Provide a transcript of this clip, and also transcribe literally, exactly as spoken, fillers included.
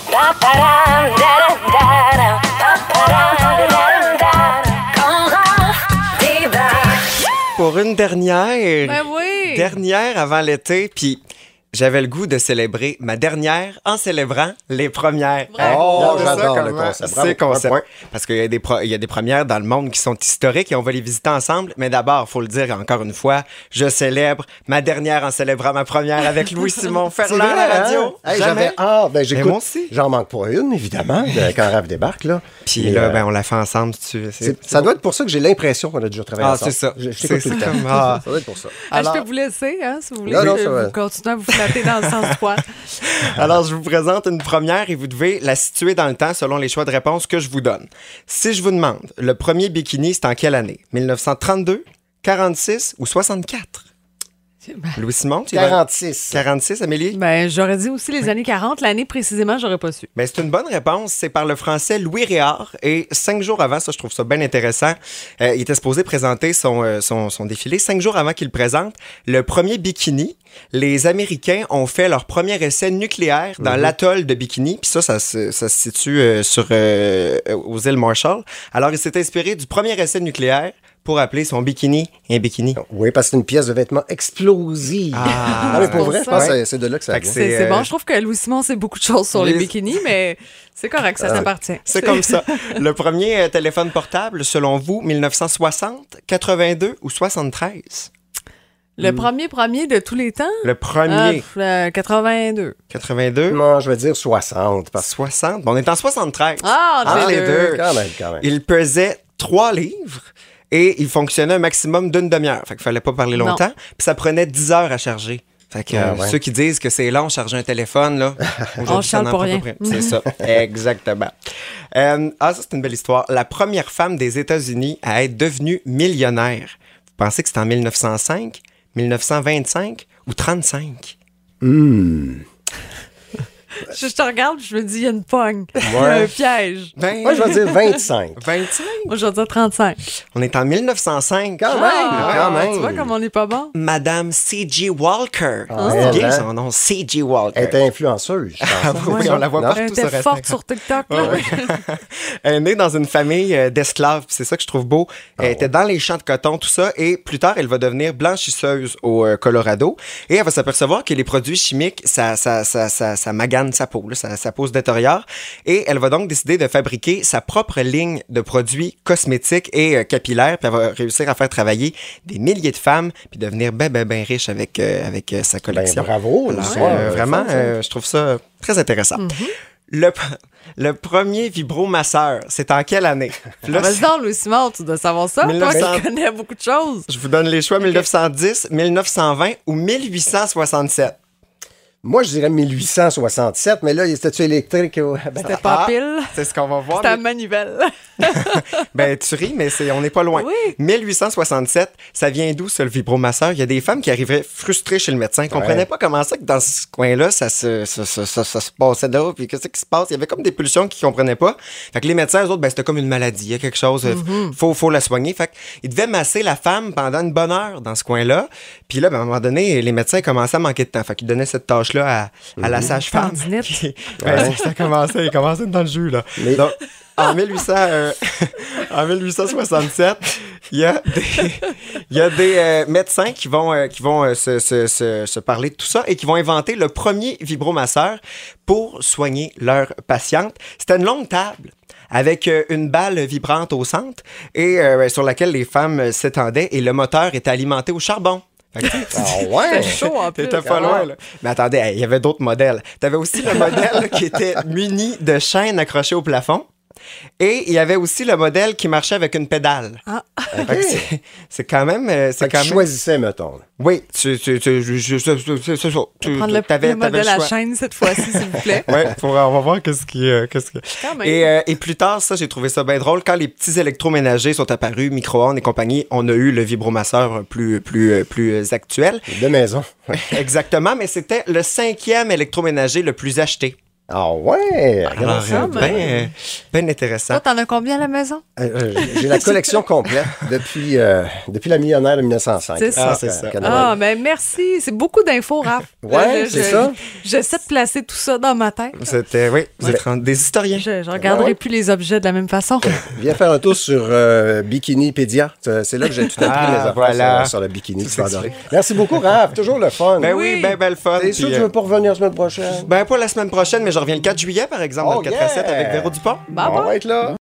Pour une dernière, Ben oui. dernière avant l'été, puis j'avais le goût de célébrer ma dernière en célébrant les premières. Oh, Regardez ça, j'adore le comment concept. Bravo. C'est concept. Un point. Parce qu'il y a, des pro- il y a des premières dans le monde qui sont historiques et on va les visiter ensemble. Mais d'abord, il faut le dire encore une fois, je célèbre ma dernière en célébrant ma première avec Louis-Simon Ferland à la radio. Hein? Hey, Jamais. j'avais... Ah, ben j'écoute. Mais moi aussi. J'en manque pas une, évidemment, de quand Raph débarque, là. Puis Mais, là, euh, ben, on l'a fait ensemble, si tu veux. C'est- c'est- ça doit être pour ça que j'ai l'impression qu'on a déjà travaillé Ah, ensemble. c'est ça. Je, je C'est t'écoute tout le ça temps. comme- ah. Ça doit être pour ça. Ah, Alors- je peux vous laisser, hein, si vous voulez. Non, non, Je- ça va. vous continuez à vous flatter dans le sens du poil. Alors, je vous présente une première et vous devez la situer dans le temps selon les choix de réponse que je vous donne. Si je vous demande, le premier bikini, c'est en quelle année? dix-neuf cent trente-deux, quarante-six ou soixante-quatre? Louis-Simon, tu y vas? quarante-six. quarante-six, Amélie? Ben, j'aurais dit aussi les années quarante. L'année précisément, j'aurais pas su. Ben, c'est une bonne réponse. C'est par le français Louis Réard. Et cinq jours avant, ça, je trouve ça bien intéressant, euh, il était supposé présenter son, euh, son, son défilé. Cinq jours avant qu'il le présente, le premier bikini, les Américains ont fait leur premier essai nucléaire dans Mm-hmm. l'atoll de Bikini. Puis ça, ça, se- ça se situe euh, sur, euh, aux îles Marshall. Alors, il s'est inspiré du premier essai nucléaire pour appeler son bikini un bikini. Oui, parce que c'est une pièce de vêtement explosive. Ah. Non, mais pour pour vrai, je ça. pense que Ouais. c'est- c'est de là que ça Fait que vient. c'est- C'est c'est euh, bon. Je trouve que Louis-Simon sait beaucoup de choses sur les les- bikinis, mais c'est correct, ça t'appartient. C'est comme ça. Le premier euh, téléphone portable, selon vous, dix-neuf cent soixante, quatre-vingt-deux ou soixante-treize? Le premier premier de tous les temps? Le Ah, premier, pff, euh, quatre-vingt-deux. quatre-vingt-deux, Non, je vais dire soixante. Parce... soixante. Bon, on est en soixante-treize. Ah, entre Entre les les deux. deux. Quand même, quand même. Il pesait trois livres et il fonctionnait un maximum d'une demi-heure. Fait qu'il fallait pas parler Non. longtemps. Puis ça prenait dix heures à charger. Fait que Ah euh, ouais. ceux qui disent que c'est long charger un téléphone, là, aujourd'hui, On ça charle n'en pour prend rien. pas près. C'est ça, exactement. Euh, ah, ça, c'est une belle histoire. La première femme des États-Unis à être devenue millionnaire. Vous pensez que c'est en dix-neuf cent cinq, dix-neuf cent vingt-cinq ou trente-cinq? Je, je te regarde, je me dis, il y a une pogne. Il y a un piège. Ben, Moi, je vais dire vingt-cinq. vingt-cinq. Moi, je vais dire trente-cinq. On est en dix-neuf cent cinq. Quand même, quand même. Tu vois comme on n'est pas bon? Madame C G. Walker. Ah, c'est elle, bien hein? son nom, C G. Walker. Elle était influenceuse, je pense. Ah oui, on la voit Non? partout Elle sur était Instagram. forte sur TikTok. Là. Elle est née dans une famille euh, d'esclaves, puis c'est ça que je trouve beau. Elle était dans les champs de coton, tout ça, et plus tard, elle va devenir blanchisseuse au euh, Colorado, et elle va s'apercevoir que les produits chimiques, ça, ça, ça, ça, ça magane sa peau, là, ça, sa peau se détériore, et elle va donc décider de fabriquer sa propre ligne de produits cosmétiques et euh, capillaires, puis elle va réussir à faire travailler des milliers de femmes, puis devenir ben, ben, ben riche avec, euh, avec euh, sa collection. Ben, bravo, Alors, l'histoire, euh, euh, vraiment, fun, ça. euh, je trouve ça très intéressant. Le, le premier vibromasseur, c'est en quelle année? Puis là, Vas-y donc, Louis-Simon, tu dois savoir ça. mille neuf cents. Toi qui connais beaucoup de choses. je vous donne les choix dix-neuf cent dix, dix-neuf cent vingt ou dix-huit cent soixante-sept. Moi, je dirais mille huit cent soixante-sept, mais là, il était-tu électrique? ou- Ben, C'était pas Ah, pile. C'est ce qu'on va voir. C'était à mais- manivelle. Ben, tu ris, mais c'est, on n'est pas loin. Oui. dix-huit cent soixante-sept, ça vient d'où, ça, le vibromasseur? Il y a des femmes qui arrivaient frustrées chez le médecin, ne comprenaient Ouais. pas comment ça que dans ce coin-là, ça se, ça, ça- ça- ça se passait là, puis qu'est-ce qui se passe? Il y avait comme des pulsions qu'ils ne comprenaient pas. Fait que les médecins, eux autres, ben, c'était comme une maladie. Il y a quelque chose, il Mm-hmm. faut, faut la soigner. Fait qu'ils devaient masser la femme pendant une bonne heure dans ce coin-là. Puis là, ben, à un moment donné, les médecins commençaient à manquer de temps. Fait qu'ils donnaient cette tâche-là à, à la sage-femme. Tendinite. Puis, ben, ça commençait, il commençait dans le jus, là. Mais- Donc, en, mille huit cents, euh, en dix-huit cent soixante-sept, il y a des, il y a des euh, médecins qui vont, euh, qui vont euh, se, se, se, se parler de tout ça et qui vont inventer le premier vibromasseur pour soigner leurs patientes. C'était une longue table avec euh, une balle vibrante au centre et euh, sur laquelle les femmes euh, s'étendaient et le moteur était alimenté au charbon. Fait que, tu sais, tu- Ah ouais? C'était chaud en plus. T'étais pas loin, là. Mais attendez, hey, il y avait d'autres modèles. T'avais aussi le modèle qui était muni de chaînes accrochées au plafond. Et il y avait aussi le modèle qui marchait avec une pédale. Ah. Fait que c'est- c'est quand même... euh, C'est Fait que quand tu même... choisissais, mettons. là. Oui, tu, tu, tu, je- je- je- c'est c'est ça. Tu Prendre le, t'avais- le t'avais modèle à choix. chaîne cette fois-ci, s'il vous plaît. Ouais, pour, on va voir qu'est-ce qui... euh, qu'est-ce qui... Quand même. Et, euh, et plus tard, ça, j'ai trouvé ça bien drôle. Quand les petits électroménagers sont apparus, micro-ondes et compagnie, on a eu le vibromasseur plus, plus, euh, plus actuel. De maison. Exactement, mais c'était le cinquième électroménager le plus acheté. Ah ouais! Regarde Alors, ça. euh, ben, euh, ben intéressant. Toi, t'en as combien à la maison? Euh, euh, J'ai la collection complète depuis, euh, depuis la millionnaire de mille neuf cent cinq. C'est ça. Ah, c'est ça. Ah, ben merci. C'est beaucoup d'infos, Raph. Ouais, Je- c'est je- ça. J'essaie de placer tout ça dans ma tête. C'était, oui, vous êtes rendu- des historiens. Je ne regarderai Ouais. plus les objets de la même façon. Viens faire un tour sur euh, Bikinipédia. C'est c'est là que j'ai tout appris Ah, mes affaires voilà. sur, sur le bikini. Tout Tu vas adorer. s'explique. Merci beaucoup, Raph. Toujours le fun. Ben oui, Oui. ben, ben le fun. T'es sûr Puis, que tu euh, veux pas revenir la semaine prochaine? Ben, pas la semaine prochaine, mais je reviens le quatre juillet, par exemple, Oh, dans le quatre à sept yeah! avec Véro Dupont. Bye On bye. va être là.